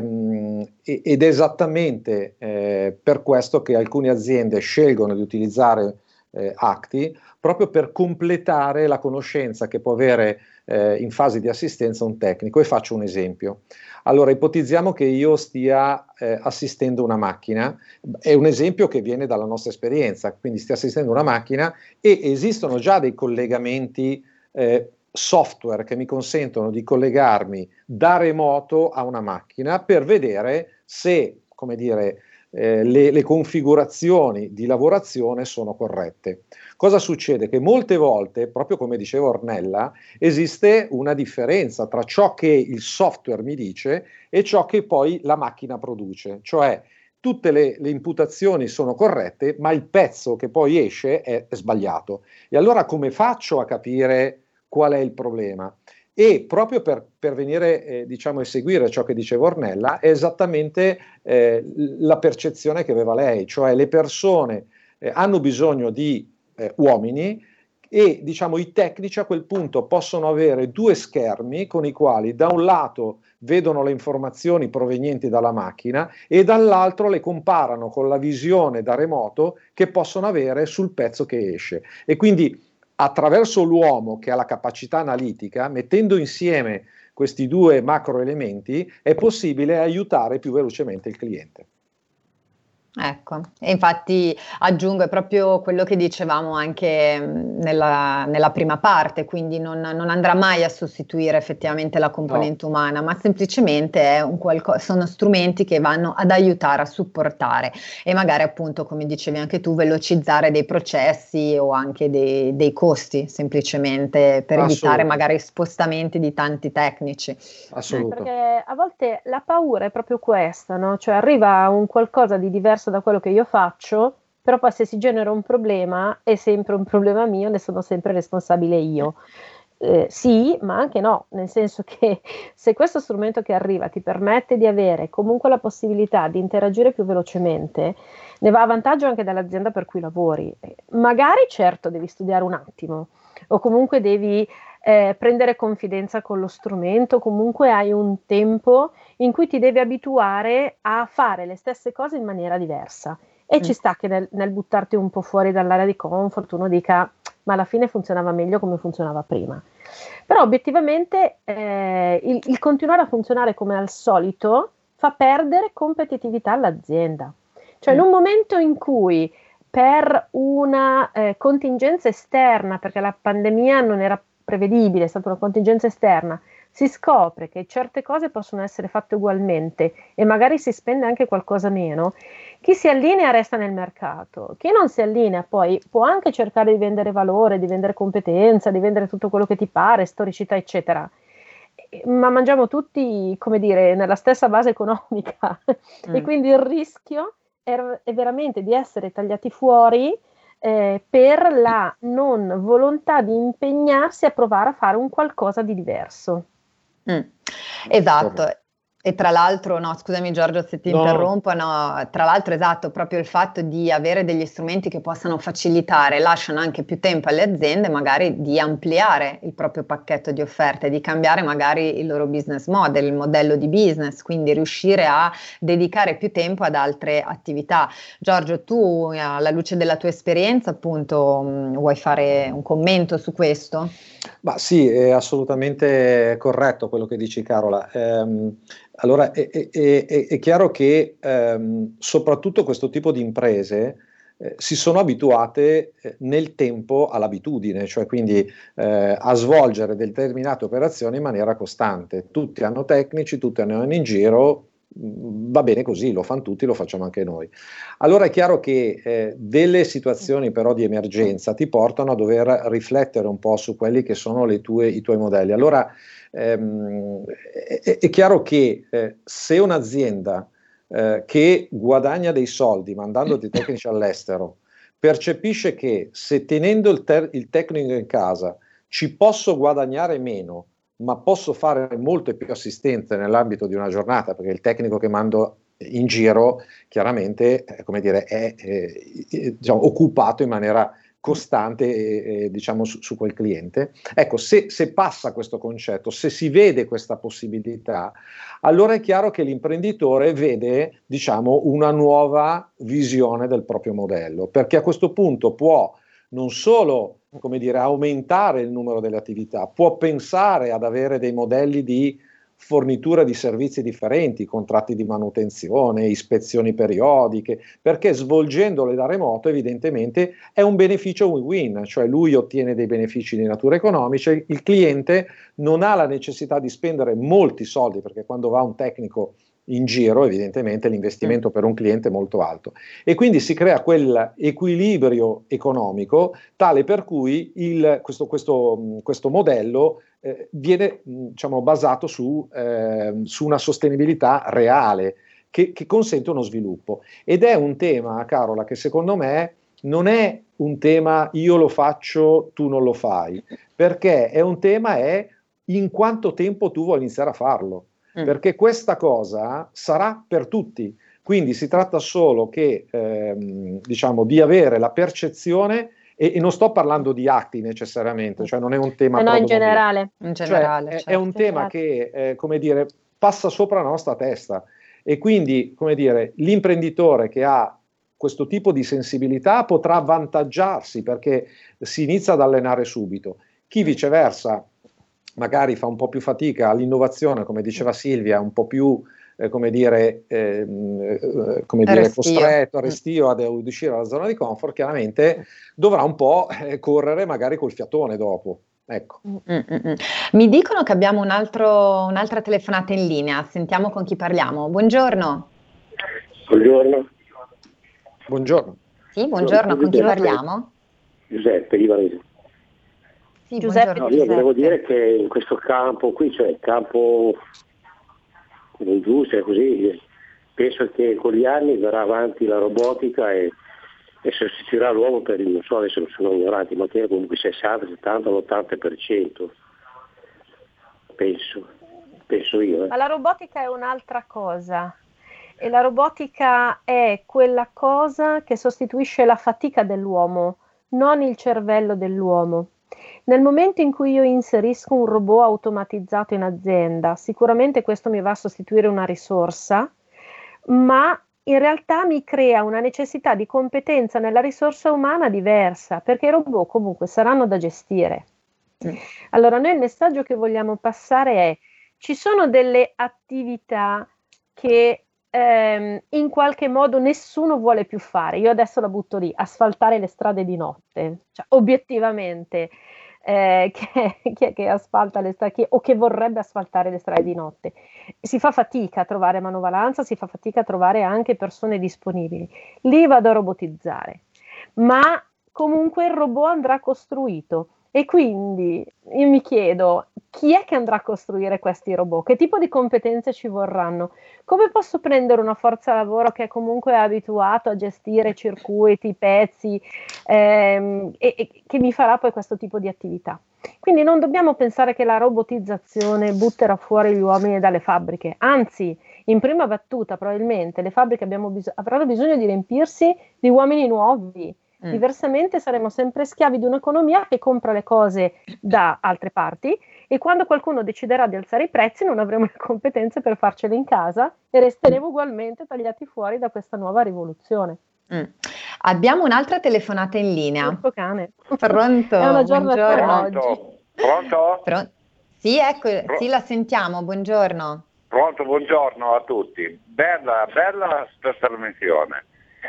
esattamente per questo che alcune aziende scelgono di utilizzare Acti proprio per completare la conoscenza che può avere in fase di assistenza un tecnico. E faccio un esempio. Allora, ipotizziamo che io stia assistendo una macchina, è un esempio che viene dalla nostra esperienza, quindi stia assistendo una macchina e esistono già dei collegamenti software che mi consentono di collegarmi da remoto a una macchina per vedere se, come dire, le configurazioni di lavorazione sono corrette. Cosa succede? Che molte volte, proprio come diceva Ornella, esiste una differenza tra ciò che il software mi dice e ciò che poi la macchina produce, cioè tutte le imputazioni sono corrette, ma il pezzo che poi esce è sbagliato. E allora come faccio a capire qual è il problema? E proprio per venire diciamo a seguire ciò che diceva Ornella è esattamente la percezione che aveva lei, cioè le persone hanno bisogno di uomini e diciamo i tecnici a quel punto possono avere 2 schermi con i quali da un lato vedono le informazioni provenienti dalla macchina e dall'altro le comparano con la visione da remoto che possono avere sul pezzo che esce. E quindi attraverso l'uomo che ha la capacità analitica, mettendo insieme questi due macro elementi, è possibile aiutare più velocemente il cliente. Ecco, e infatti aggiungo è proprio quello che dicevamo anche nella prima parte, quindi non andrà mai a sostituire effettivamente la componente umana, ma semplicemente è sono strumenti che vanno ad aiutare, a supportare e magari appunto, come dicevi anche tu, velocizzare dei processi o anche dei costi, semplicemente per evitare magari spostamenti di tanti tecnici. Assolutamente. Perché a volte la paura è proprio questa, no? Cioè arriva un qualcosa di diverso da quello che io faccio, però poi se si genera un problema è sempre un problema mio, ne sono sempre responsabile io. Sì, ma anche no, nel senso che se questo strumento che arriva ti permette di avere comunque la possibilità di interagire più velocemente, ne va a vantaggio anche dall'azienda per cui lavori. Magari certo devi studiare un attimo o comunque devi prendere confidenza con lo strumento, comunque hai un tempo in cui ti devi abituare a fare le stesse cose in maniera diversa e ci sta che nel buttarti un po' fuori dall'area di comfort uno dica ma alla fine funzionava meglio come funzionava prima, però obiettivamente il continuare a funzionare come al solito fa perdere competitività all'azienda, cioè in un momento in cui per una contingenza esterna, perché la pandemia non era prevedibile, è stata una contingenza esterna, si scopre che certe cose possono essere fatte ugualmente e magari si spende anche qualcosa meno, chi si allinea resta nel mercato, chi non si allinea poi può anche cercare di vendere valore, di vendere competenza, di vendere tutto quello che ti pare, storicità eccetera, ma mangiamo tutti, come dire, nella stessa base economica e quindi il rischio è veramente di essere tagliati fuori per la non volontà di impegnarsi a provare a fare un qualcosa di diverso. Esatto. E tra l'altro, no, scusami Giorgio se ti interrompo, no, tra l'altro esatto, proprio il fatto di avere degli strumenti che possano facilitare, lasciano anche più tempo alle aziende magari di ampliare il proprio pacchetto di offerte, di cambiare magari il loro business model, il modello di business, quindi riuscire a dedicare più tempo ad altre attività. Giorgio, tu alla luce della tua esperienza appunto vuoi fare un commento su questo? Ma sì, è assolutamente corretto quello che dici Carola. Allora è chiaro che soprattutto questo tipo di imprese si sono abituate nel tempo all'abitudine, cioè quindi a svolgere determinate operazioni in maniera costante. Tutti hanno tecnici, tutti hanno in giro, va bene così, lo fanno tutti, lo facciamo anche noi. Allora è chiaro che delle situazioni però di emergenza ti portano a dover riflettere un po' su quelli che sono i tuoi modelli. Allora è chiaro che se un'azienda che guadagna dei soldi mandando dei tecnici all'estero percepisce che se tenendo il tecnico in casa ci posso guadagnare meno, ma posso fare molte più assistenze nell'ambito di una giornata, perché il tecnico che mando in giro chiaramente come dire, è diciamo, occupato in maniera costante diciamo, su quel cliente. Ecco, se passa questo concetto, se si vede questa possibilità, allora è chiaro che l'imprenditore vede diciamo, una nuova visione del proprio modello, perché a questo punto può non solo come dire, aumentare il numero delle attività, può pensare ad avere dei modelli di fornitura di servizi differenti, contratti di manutenzione, ispezioni periodiche, perché svolgendole da remoto evidentemente è un beneficio win-win, cioè lui ottiene dei benefici di natura economica, il cliente non ha la necessità di spendere molti soldi, perché quando va un tecnico in giro evidentemente l'investimento per un cliente è molto alto e quindi si crea quell'equilibrio economico tale per cui questo modello viene diciamo, basato su una sostenibilità reale che consente uno sviluppo ed è un tema, Carola, che secondo me non è un tema io lo faccio, tu non lo fai, perché è un tema in quanto tempo tu vuoi iniziare a farlo. Perché questa cosa sarà per tutti, quindi si tratta solo che diciamo di avere la percezione e non sto parlando di atti necessariamente, cioè non è un tema no, in generale, cioè, certo. È un tema che come dire passa sopra la nostra testa e quindi come dire l'imprenditore che ha questo tipo di sensibilità potrà avvantaggiarsi perché si inizia ad allenare subito, chi viceversa magari fa un po' più fatica all'innovazione, come diceva Silvia, un po' più costretto, restio ad uscire dalla zona di comfort, chiaramente dovrà un po' correre magari col fiatone dopo. Ecco. Mi dicono che abbiamo un'altra telefonata in linea, sentiamo con chi parliamo. Buongiorno. Buongiorno. Sì, buongiorno, con chi parliamo? Giuseppe di Varese. Sì, Giuseppe. buongiorno. Io volevo dire che in questo campo qui, cioè il campo dell'industria, così, penso che con gli anni verrà avanti la robotica e sostituirà l'uomo per non so, adesso non sono ignoranti, ma che comunque 60, 70, l'80%. Penso io. Ma la robotica è un'altra cosa. E la robotica è quella cosa che sostituisce la fatica dell'uomo, non il cervello dell'uomo. Nel momento in cui io inserisco un robot automatizzato in azienda, sicuramente questo mi va a sostituire una risorsa, ma in realtà mi crea una necessità di competenza nella risorsa umana diversa, perché i robot comunque saranno da gestire. Allora, noi il messaggio che vogliamo passare è: ci sono delle attività che in qualche modo nessuno vuole più fare. Io adesso la butto lì: asfaltare le strade di notte. Cioè, obiettivamente, chi è che asfalta le strade o che vorrebbe asfaltare le strade di notte? Si fa fatica a trovare manovalanza, si fa fatica a trovare anche persone disponibili. Lì vado a robotizzare, ma comunque il robot andrà costruito. E quindi io mi chiedo, chi è che andrà a costruire questi robot? Che tipo di competenze ci vorranno? Come posso prendere una forza lavoro che è comunque abituato a gestire circuiti, pezzi, e che mi farà poi questo tipo di attività? Quindi non dobbiamo pensare che la robotizzazione butterà fuori gli uomini dalle fabbriche, anzi, in prima battuta probabilmente le fabbriche avranno bisogno di riempirsi di uomini nuovi. Diversamente saremo sempre schiavi di un'economia che compra le cose da altre parti, e quando qualcuno deciderà di alzare i prezzi non avremo le competenze per farcele in casa e resteremo ugualmente tagliati fuori da questa nuova rivoluzione. Abbiamo un'altra telefonata in linea. Porco cane. Pronto? È una giornata Buongiorno. oggi. Pronto? Sì, ecco, sì, la sentiamo, buongiorno. Pronto, buongiorno a tutti. Bella questa trasmissione.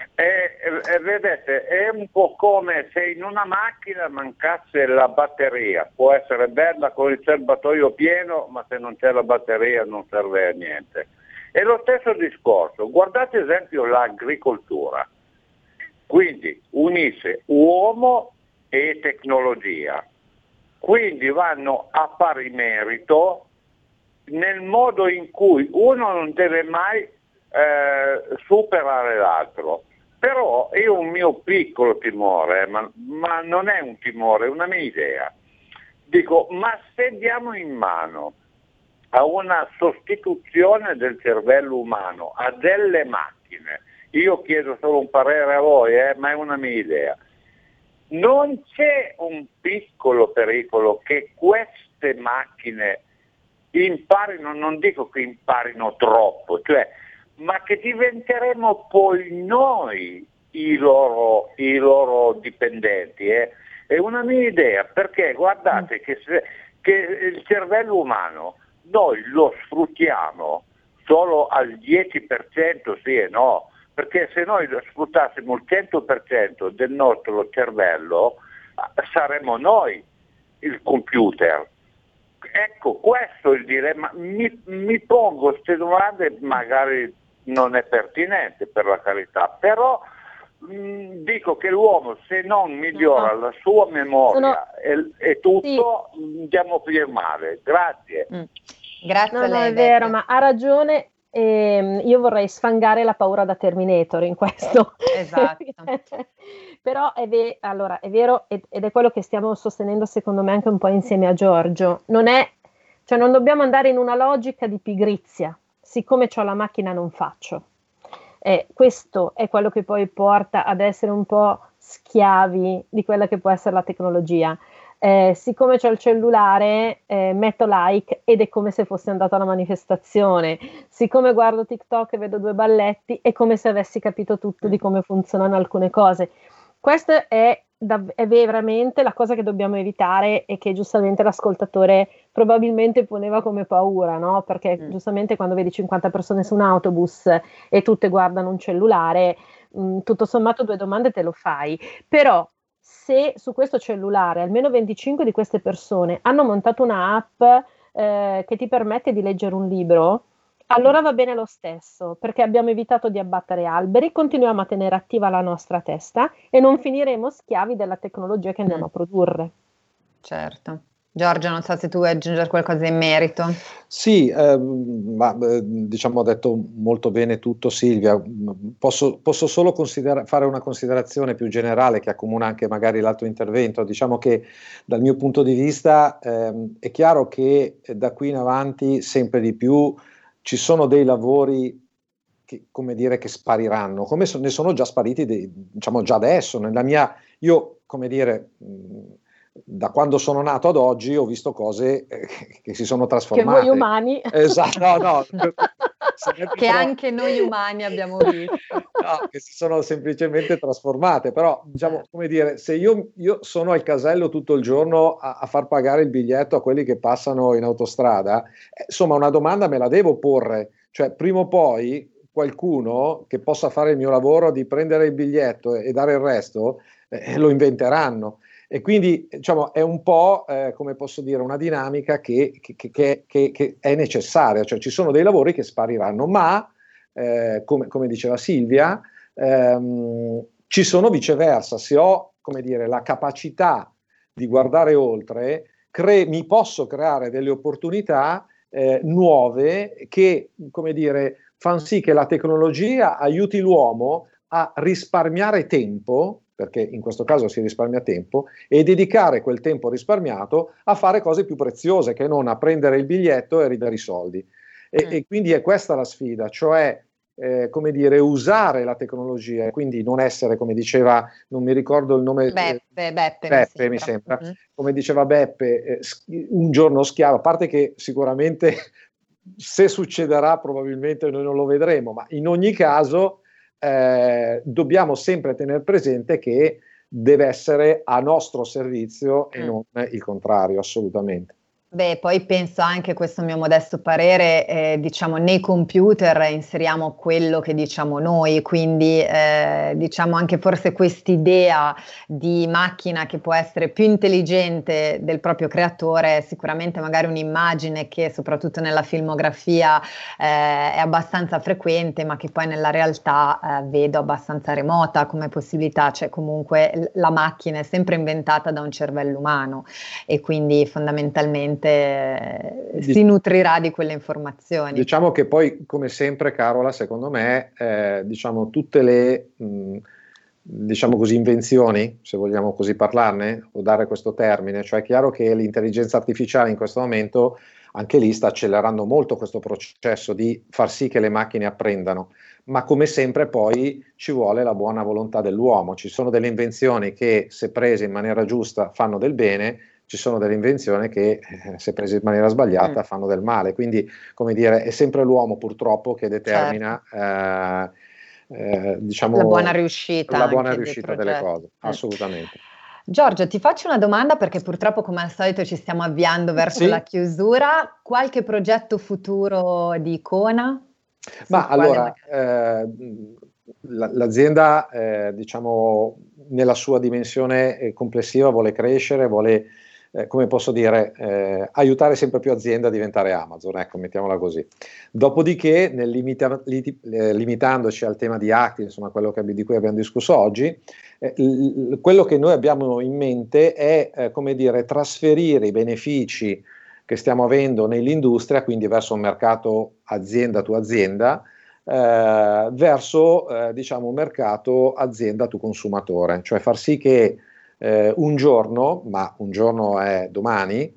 E vedete, è un po' come se in una macchina mancasse la batteria. Può essere bella con il serbatoio pieno, ma se non c'è la batteria non serve a niente. È lo stesso discorso. Guardate ad esempio l'agricoltura. Quindi unisce uomo e tecnologia. Quindi vanno a pari merito nel modo in cui uno non deve mai superare l'altro. Però è un mio piccolo timore, ma non è un timore, è una mia idea. Dico, ma se diamo in mano a una sostituzione del cervello umano a delle macchine, io chiedo solo un parere a voi, ma è una mia idea, non c'è un piccolo pericolo che queste macchine imparino, non dico che imparino troppo, cioè, ma che diventeremo poi noi i loro dipendenti. È una mia idea, perché guardate che il cervello umano noi lo sfruttiamo solo al 10%, sì e no, perché se noi sfruttassimo il 100% del nostro cervello saremmo noi il computer. Ecco, questo è il dilemma. Mi pongo queste domande, magari non è pertinente, per la carità, però dico che l'uomo, se non migliora la sua memoria e tutto, andiamo più male. Grazie. Grazie a lei. No, è vero, ma ha ragione. Io vorrei sfangare la paura da Terminator in questo. Esatto. Però è vero, ed è quello che stiamo sostenendo secondo me anche un po' insieme a Giorgio. Non dobbiamo andare in una logica di pigrizia. Siccome c'ho la macchina non faccio. Questo è quello che poi porta ad essere un po' schiavi di quella che può essere la tecnologia. Siccome c'ho il cellulare, metto like ed è come se fossi andata a una manifestazione. Siccome guardo TikTok e vedo 2 balletti, è come se avessi capito tutto di come funzionano alcune cose. Questo è è veramente la cosa che dobbiamo evitare e che giustamente l'ascoltatore probabilmente poneva come paura, no? Perché giustamente quando vedi 50 persone su un autobus e tutte guardano un cellulare, tutto sommato 2 domande te lo fai, però se su questo cellulare almeno 25 di queste persone hanno montato una app che ti permette di leggere un libro, allora va bene lo stesso, perché abbiamo evitato di abbattere alberi, continuiamo a tenere attiva la nostra testa e non finiremo schiavi della tecnologia che andiamo a produrre. Certo. Giorgio, non so se tu vuoi aggiungere qualcosa in merito. Sì, diciamo ha detto molto bene tutto Silvia. Posso solo fare una considerazione più generale che accomuna anche magari l'altro intervento. Diciamo che dal mio punto di vista è chiaro che da qui in avanti sempre di più ci sono dei lavori che, come dire, che spariranno, come ne sono già spariti, diciamo già adesso. Io, come dire, da quando sono nato ad oggi ho visto cose che si sono trasformate. Che voi umani. Esatto, no. Che anche noi umani abbiamo visto. No, che si sono semplicemente trasformate, però diciamo, come dire, se io sono al casello tutto il giorno a far pagare il biglietto a quelli che passano in autostrada, insomma una domanda me la devo porre, cioè prima o poi qualcuno che possa fare il mio lavoro di prendere il biglietto e dare il resto, lo inventeranno. E quindi diciamo è un po' come posso dire una dinamica che è necessaria, cioè ci sono dei lavori che spariranno, ma come diceva Silvia, ci sono viceversa, se ho, come dire, la capacità di guardare oltre, mi posso creare delle opportunità nuove che, come dire, fanno sì che la tecnologia aiuti l'uomo a risparmiare tempo, perché in questo caso si risparmia tempo, e dedicare quel tempo risparmiato a fare cose più preziose che non a prendere il biglietto e ridare i soldi. E quindi è questa la sfida, cioè come dire, usare la tecnologia, quindi non essere, come diceva, non mi ricordo il nome, Beppe mi sembra. Come diceva Beppe, un giorno schiavo, a parte che sicuramente se succederà probabilmente noi non lo vedremo, ma in ogni caso dobbiamo sempre tenere presente che deve essere a nostro servizio e non il contrario, assolutamente. Beh, poi penso anche, questo mio modesto parere, diciamo nei computer inseriamo quello che diciamo noi, quindi diciamo anche forse quest'idea di macchina che può essere più intelligente del proprio creatore, sicuramente magari un'immagine che soprattutto nella filmografia è abbastanza frequente, ma che poi nella realtà vedo abbastanza remota come possibilità, cioè comunque la macchina è sempre inventata da un cervello umano e quindi fondamentalmente si nutrirà di quelle informazioni. Diciamo che poi, come sempre, Carola, secondo me, diciamo tutte le diciamo così invenzioni, se vogliamo così parlarne o dare questo termine, cioè è chiaro che l'intelligenza artificiale in questo momento anche lì sta accelerando molto questo processo di far sì che le macchine apprendano, ma come sempre poi ci vuole la buona volontà dell'uomo. Ci sono delle invenzioni che, se prese in maniera giusta, fanno del bene, ci sono delle invenzioni che, se prese in maniera sbagliata, fanno del male. Quindi, come dire, è sempre l'uomo purtroppo che determina diciamo, la buona riuscita delle cose, assolutamente. Giorgio, ti faccio una domanda perché purtroppo, come al solito, ci stiamo avviando verso la chiusura. Qualche progetto futuro di Icona? Ma allora, l'azienda, diciamo, nella sua dimensione complessiva vuole crescere, vuole, come posso dire, aiutare sempre più aziende a diventare Amazon, ecco, mettiamola così. Dopodiché, limitandoci al tema di Acti, insomma, quello di cui abbiamo discusso oggi, quello che noi abbiamo in mente è, come dire, trasferire i benefici che stiamo avendo nell'industria, quindi verso un mercato azienda to azienda, verso diciamo un mercato azienda to consumatore, cioè far sì che un giorno, ma un giorno è domani,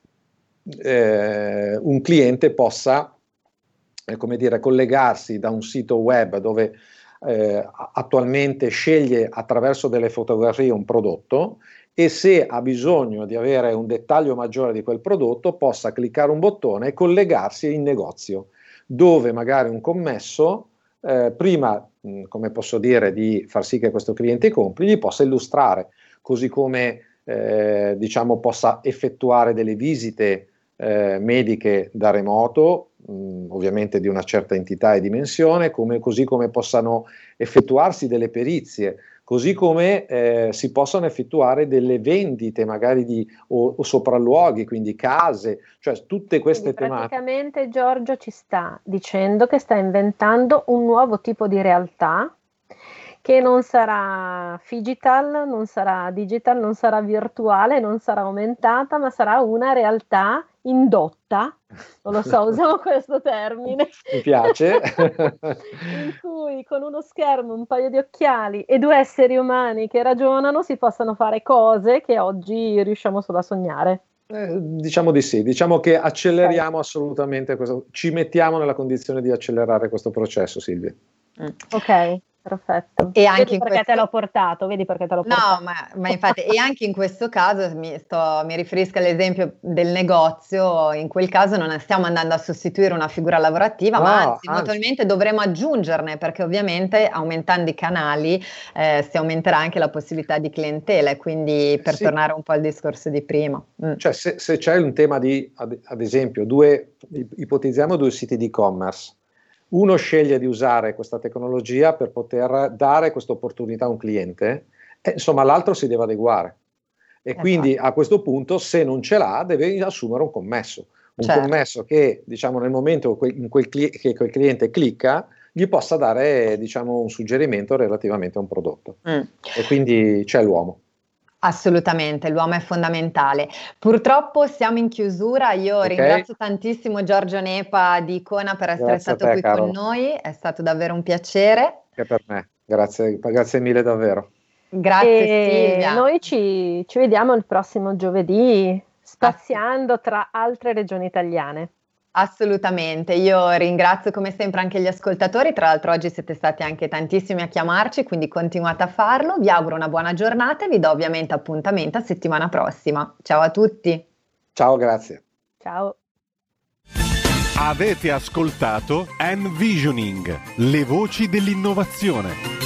un cliente possa come dire, collegarsi da un sito web dove attualmente sceglie attraverso delle fotografie un prodotto, e se ha bisogno di avere un dettaglio maggiore di quel prodotto possa cliccare un bottone e collegarsi in negozio, dove magari un commesso prima, come posso dire, di far sì che questo cliente compri, gli possa illustrare così come diciamo possa effettuare delle visite mediche da remoto, ovviamente di una certa entità e dimensione, così come possano effettuarsi delle perizie, così come si possono effettuare delle vendite magari o sopralluoghi, quindi case, cioè tutte queste tematiche. Praticamente Giorgio ci sta dicendo che sta inventando un nuovo tipo di realtà che non sarà digital, non sarà virtuale, non sarà aumentata, ma sarà una realtà indotta, non lo so, usiamo questo termine. Mi piace. In cui con uno schermo, un paio di occhiali e due esseri umani che ragionano si possano fare cose che oggi riusciamo solo a sognare. Diciamo di sì, diciamo che acceleriamo assolutamente questo, ci mettiamo nella condizione di accelerare questo processo, Silvia. Ok. Perfetto. E anche vedi perché te l'ho portato, No, ma infatti, e anche in questo caso mi riferisco all'esempio del negozio. In quel caso non stiamo andando a sostituire una figura lavorativa, ma anzi, eventualmente dovremo aggiungerne, perché ovviamente aumentando i canali si aumenterà anche la possibilità di clientela, e quindi per tornare un po' al discorso di prima. Cioè se c'è un tema di, ad esempio, ipotizziamo due siti di e-commerce. Uno sceglie di usare questa tecnologia per poter dare questa opportunità a un cliente, e insomma l'altro si deve adeguare. E quindi a questo punto, se non ce l'ha, deve assumere un commesso. Commesso che, diciamo, nel momento che quel cliente clicca, gli possa dare, diciamo, un suggerimento relativamente a un prodotto. E quindi c'è l'uomo. Assolutamente, l'uomo è fondamentale. Purtroppo siamo in chiusura. Io ringrazio tantissimo Giorgio Nepa di Icona per essere stato qui con noi, è stato davvero un piacere. Anche per me, grazie mille davvero. Grazie Silvia. Noi ci vediamo il prossimo giovedì, spaziando tra altre regioni italiane. Assolutamente, io ringrazio come sempre anche gli ascoltatori, tra l'altro oggi siete stati anche tantissimi a chiamarci, quindi continuate a farlo, vi auguro una buona giornata e vi do ovviamente appuntamento a settimana prossima. Ciao a tutti. Ciao, grazie. Ciao. Avete ascoltato Envisioning, le voci dell'innovazione.